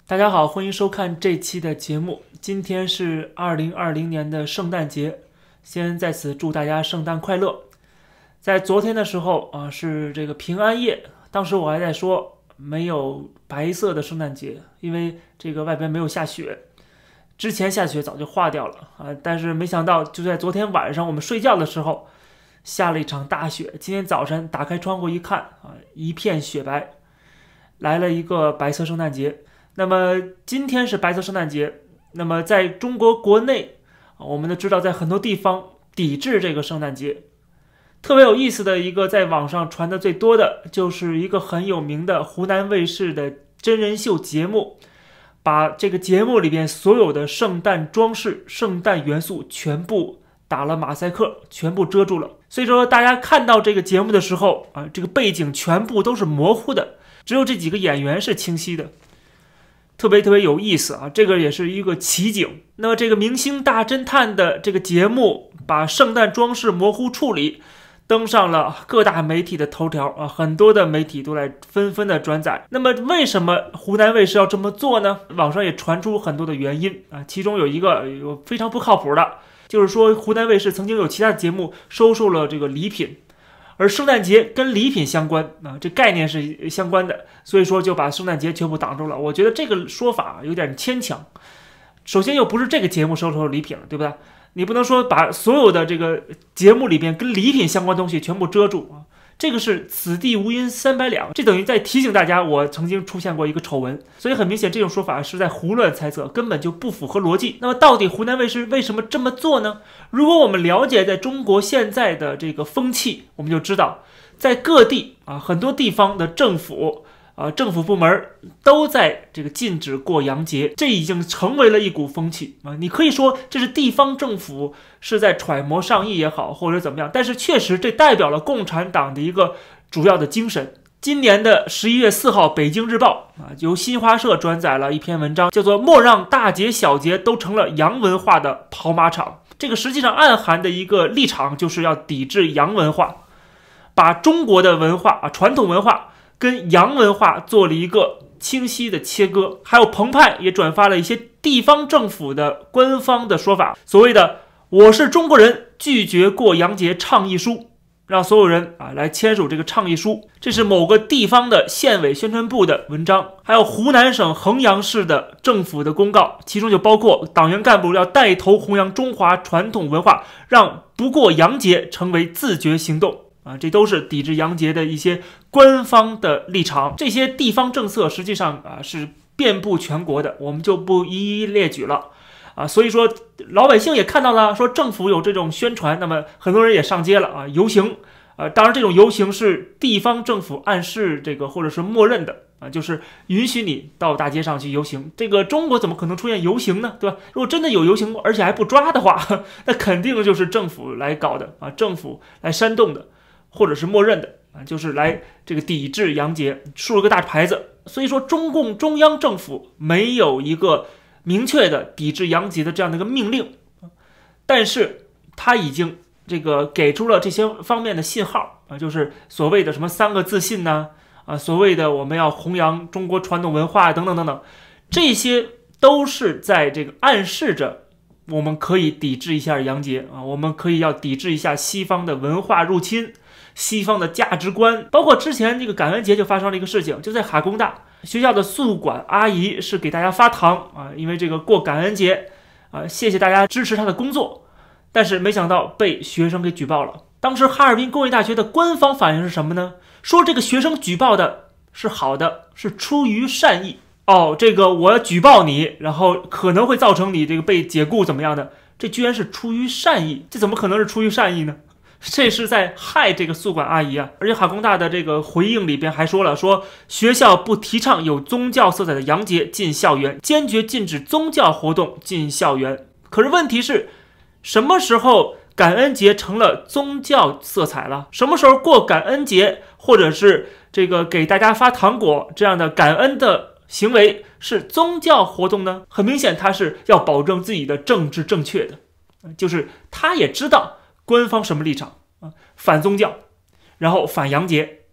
大家好，欢迎收看这期的节目。今天是2020年的圣诞节，先在此祝大家圣诞快乐。在昨天的时候是这个平安夜，当时我还在说没有白色的圣诞节，因为这个外边没有下雪，之前下雪早就化掉了但是没想到就在昨天晚上我们睡觉的时候下了一场大雪。今天早晨打开窗户一看一片雪白，来了一个白色圣诞节。那么今天是白色圣诞节，那么在中国国内我们都知道在很多地方抵制这个圣诞节。特别有意思的一个在网上传的最多的就是一个很有名的湖南卫视的真人秀节目，把这个节目里边所有的圣诞装饰、圣诞元素全部打了马赛克，全部遮住了。所以说大家看到这个节目的时候这个背景全部都是模糊的，只有这几个演员是清晰的，特别有意思这个也是一个奇景。那么这个明星大侦探的这个节目把圣诞装饰模糊处理，登上了各大媒体的头条很多的媒体都来纷纷的转载。那么为什么湖南卫视要这么做呢？网上也传出很多的原因其中有一个非常不靠谱的，就是说湖南卫视曾经有其他的节目收受了这个礼品，而圣诞节跟礼品相关这概念是相关的，所以说就把圣诞节全部挡住了。我觉得这个说法有点牵强。首先又不是这个节目收受礼品了，对不对？你不能说把所有的这个节目里边跟礼品相关东西全部遮住这个是此地无银三百两，这等于在提醒大家我曾经出现过一个丑闻。所以很明显这种说法是在胡乱猜测，根本就不符合逻辑。那么到底湖南卫视为什么这么做呢？如果我们了解在中国现在的这个风气，我们就知道在各地很多地方的政府政府部门都在这个禁止过洋节，这已经成为了一股风气你可以说这是地方政府是在揣摩上意也好，或者怎么样，但是确实这代表了共产党的一个主要的精神。今年的11月4号，北京日报由新华社转载了一篇文章，叫做莫让大节小节都成了洋文化的跑马场。这个实际上暗含的一个立场就是要抵制洋文化，把中国的文化传统文化跟洋文化做了一个清晰的切割。还有澎湃也转发了一些地方政府的官方的说法，所谓的我是中国人拒绝过洋节倡议书，让所有人来签署这个倡议书。这是某个地方的县委宣传部的文章。还有湖南省衡阳市的政府的公告，其中就包括党员干部要带头弘扬中华传统文化，让不过洋节成为自觉行动这都是抵制洋节的一些官方的立场。这些地方政策实际上是遍布全国的，我们就不一一列举了所以说老百姓也看到了，说政府有这种宣传，那么很多人也上街了游行当然这种游行是地方政府暗示这个或者是默认的就是允许你到大街上去游行。这个中国怎么可能出现游行呢，对吧？如果真的有游行而且还不抓的话，那肯定就是政府来搞的政府来煽动的，或者是默认的就是来这个抵制洋节，竖了个大牌子。所以说中共中央政府没有一个明确的抵制洋节的这样的一个命令，但是他已经这个给出了这些方面的信号就是所谓的什么3个自信所谓的我们要弘扬中国传统文化等等等等，这些都是在这个暗示着我们可以抵制一下洋节我们可以要抵制一下西方的文化入侵，西方的价值观。包括之前这个感恩节就发生了一个事情，就在哈工大学校的宿管阿姨是给大家发糖因为这个过感恩节谢谢大家支持她的工作，但是没想到被学生给举报了。当时哈尔滨工业大学的官方反应是什么呢？说这个学生举报的是好的，是出于善意这个我要举报你，然后可能会造成你这个被解雇怎么样的，这居然是出于善意，这怎么可能是出于善意呢？这是在害这个宿管阿姨而且哈工大的这个回应里边还说了，说学校不提倡有宗教色彩的洋节进校园，坚决禁止宗教活动进校园。可是问题是什么时候感恩节成了宗教色彩了？什么时候过感恩节或者是这个给大家发糖果这样的感恩的行为是宗教活动呢？很明显他是要保证自己的政治正确的，就是他也知道官方什么立场反宗教，然后反洋节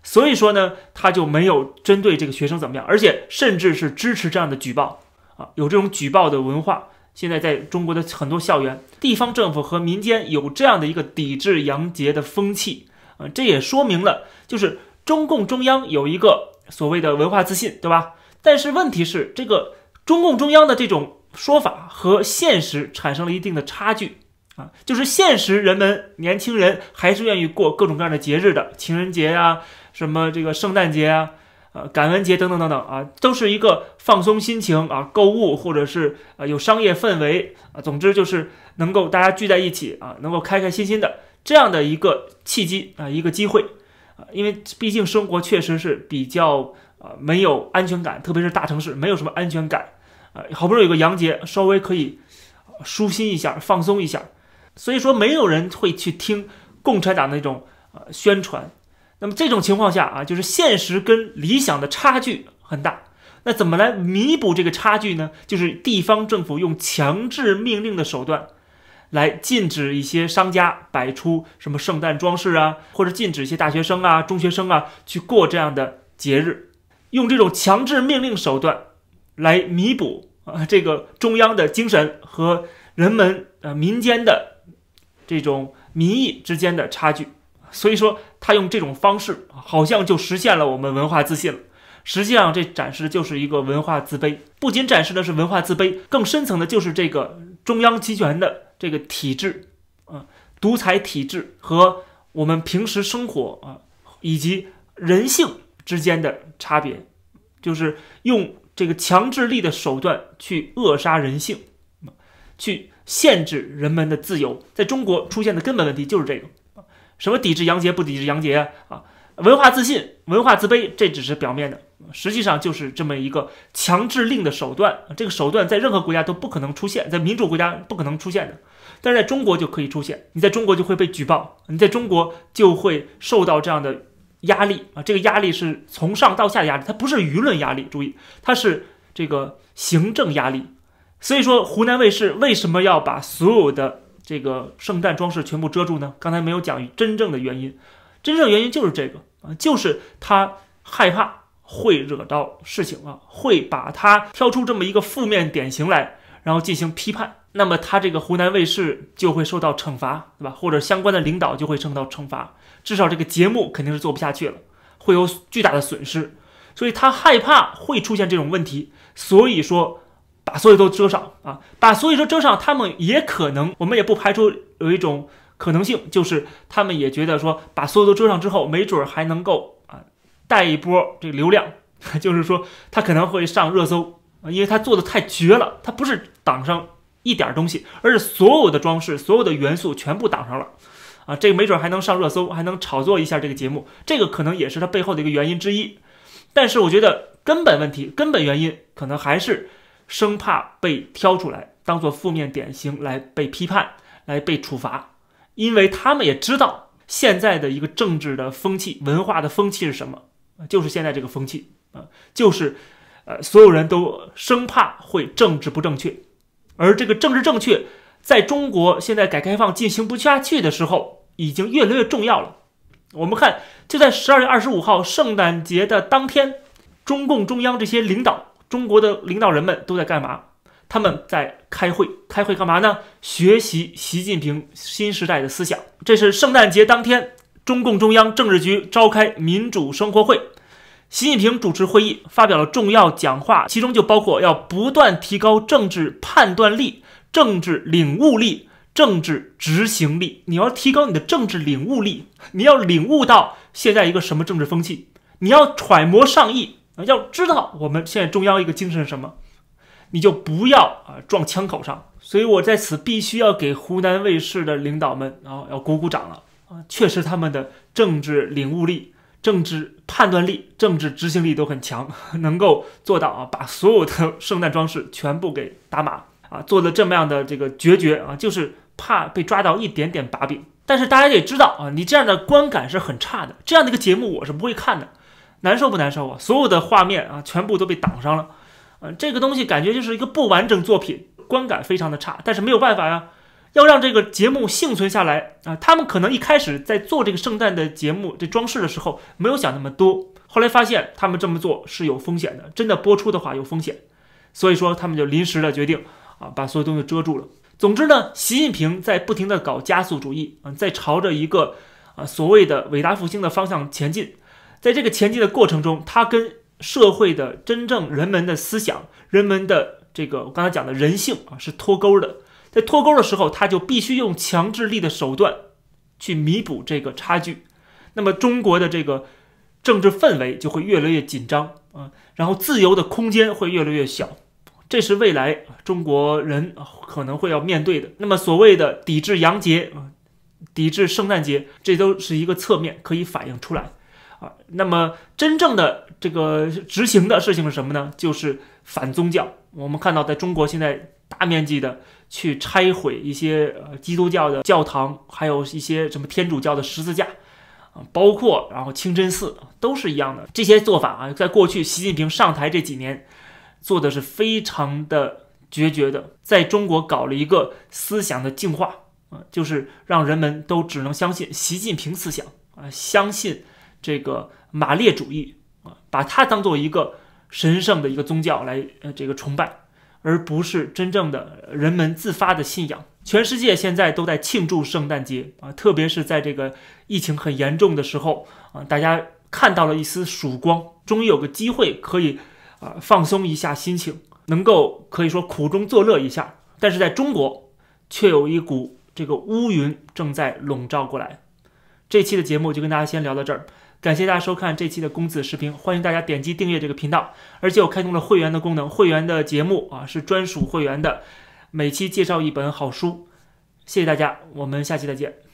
所以说呢，他就没有针对这个学生怎么样，而且甚至是支持这样的举报有这种举报的文化。现在在中国的很多校园，地方政府和民间有这样的一个抵制洋节的风气这也说明了，就是中共中央有一个所谓的文化自信，对吧？但是问题是，这个中共中央的这种说法和现实产生了一定的差距就是现实人们年轻人还是愿意过各种各样的节日的，情人节什么这个圣诞节感恩节等等等等都是一个放松心情购物或者是有商业氛围总之就是能够大家聚在一起能够开开心心的这样的一个契机一个机会因为毕竟生活确实是比较没有安全感，特别是大城市没有什么安全感好不容易有个洋节，稍微可以舒心一下，放松一下，所以说没有人会去听共产党的那种宣传。那么这种情况下就是现实跟理想的差距很大。那怎么来弥补这个差距呢？就是地方政府用强制命令的手段来禁止一些商家摆出什么圣诞装饰或者禁止一些大学生中学生去过这样的节日，用这种强制命令手段来弥补这个中央的精神和人们民间的这种民意之间的差距。所以说他用这种方式好像就实现了我们文化自信了，实际上这展示的就是一个文化自卑，不仅展示的是文化自卑，更深层的就是这个中央集权的这个体制独裁体制和我们平时生活以及人性之间的差别，就是用这个强制力的手段去扼杀人性，去限制人们的自由。在中国出现的根本问题就是这个什么抵制洋节不抵制洋节文化自信、文化自卑，这只是表面的，实际上就是这么一个强制令的手段。这个手段在任何国家都不可能出现，在民主国家不可能出现的，但是在中国就可以出现。你在中国就会被举报，你在中国就会受到这样的压力这个压力是从上到下的压力，它不是舆论压力，注意，它是这个行政压力。所以说湖南卫视为什么要把所有的这个圣诞装饰全部遮住呢？刚才没有讲真正的原因，真正原因就是这个就是他害怕会惹到事情会把他挑出这么一个负面典型来，然后进行批判。那么他这个湖南卫视就会受到惩罚，对吧？或者相关的领导就会受到惩罚，至少这个节目肯定是做不下去了，会有巨大的损失。所以他害怕会出现这种问题，所以说把所有都遮上把所有都遮上，他们也可能，我们也不排除有一种可能性，就是他们也觉得说把所有都遮上之后，没准还能够带一波这个流量，就是说他可能会上热搜因为他做的太绝了，他不是挡上一点东西，而是所有的装饰、所有的元素全部挡上了这个没准还能上热搜，还能炒作一下这个节目，这个可能也是他背后的一个原因之一。但是我觉得根本问题、根本原因可能还是生怕被挑出来当做负面典型来被批判、来被处罚，因为他们也知道现在的一个政治的风气、文化的风气是什么，就是现在这个风气就是所有人都生怕会政治不正确，而这个政治正确在中国现在改革开放进行不下去的时候已经越来越重要了。我们看就在12月25号圣诞节的当天，中共中央这些领导，中国的领导人们都在干嘛？他们在开会干嘛呢？学习习近平新时代的思想。这是圣诞节当天，中共中央政治局召开民主生活会，习近平主持会议，发表了重要讲话，其中就包括要不断提高政治判断力、政治领悟力、政治执行力。你要提高你的政治领悟力，你要领悟到现在一个什么政治风气，你要揣摩上意，要知道我们现在中央一个精神是什么，你就不要撞枪口上。所以我在此必须要给湖南卫视的领导们要鼓鼓掌了确实他们的政治领悟力、政治判断力、政治执行力都很强，能够做到把所有的圣诞装饰全部给打码做了这么样的这个决绝就是怕被抓到一点点把柄。但是大家也知道你这样的观感是很差的，这样的一个节目我是不会看的，难受不难受所有的画面全部都被挡上了这个东西感觉就是一个不完整作品，观感非常的差。但是没有办法要让这个节目幸存下来啊，他们可能一开始在做这个圣诞的节目这装饰的时候没有想那么多，后来发现他们这么做是有风险的，真的播出的话有风险，所以说他们就临时的决定把所有东西遮住了。总之呢，习近平在不停的搞加速主义在朝着一个所谓的伟大复兴的方向前进。在这个前进的过程中，他跟社会的真正人们的思想、人们的这个我刚才讲的人性是脱钩的。在脱钩的时候，他就必须用强制力的手段去弥补这个差距。那么中国的这个政治氛围就会越来越紧张然后自由的空间会越来越小，这是未来中国人可能会要面对的。那么所谓的抵制洋节抵制圣诞节，这都是一个侧面可以反映出来那么真正的这个执行的事情是什么呢？就是反宗教。我们看到在中国现在大面积的去拆毁一些基督教的教堂，还有一些什么天主教的十字架包括然后清真寺都是一样的。这些做法在过去习近平上台这几年做的是非常的决绝的，在中国搞了一个思想的净化就是让人们都只能相信习近平思想相信这个马列主义把它当做一个神圣的一个宗教来这个崇拜，而不是真正的人们自发的信仰。全世界现在都在庆祝圣诞节特别是在这个疫情很严重的时候大家看到了一丝曙光，终于有个机会可以放松一下心情，能够可以说苦中作乐一下。但是在中国却有一股这个乌云正在笼罩过来。这期的节目就跟大家先聊到这儿，感谢大家收看这期的公子视频，欢迎大家点击订阅这个频道，而且我开通了会员的功能，会员的节目是专属会员的，每期介绍一本好书。谢谢大家，我们下期再见。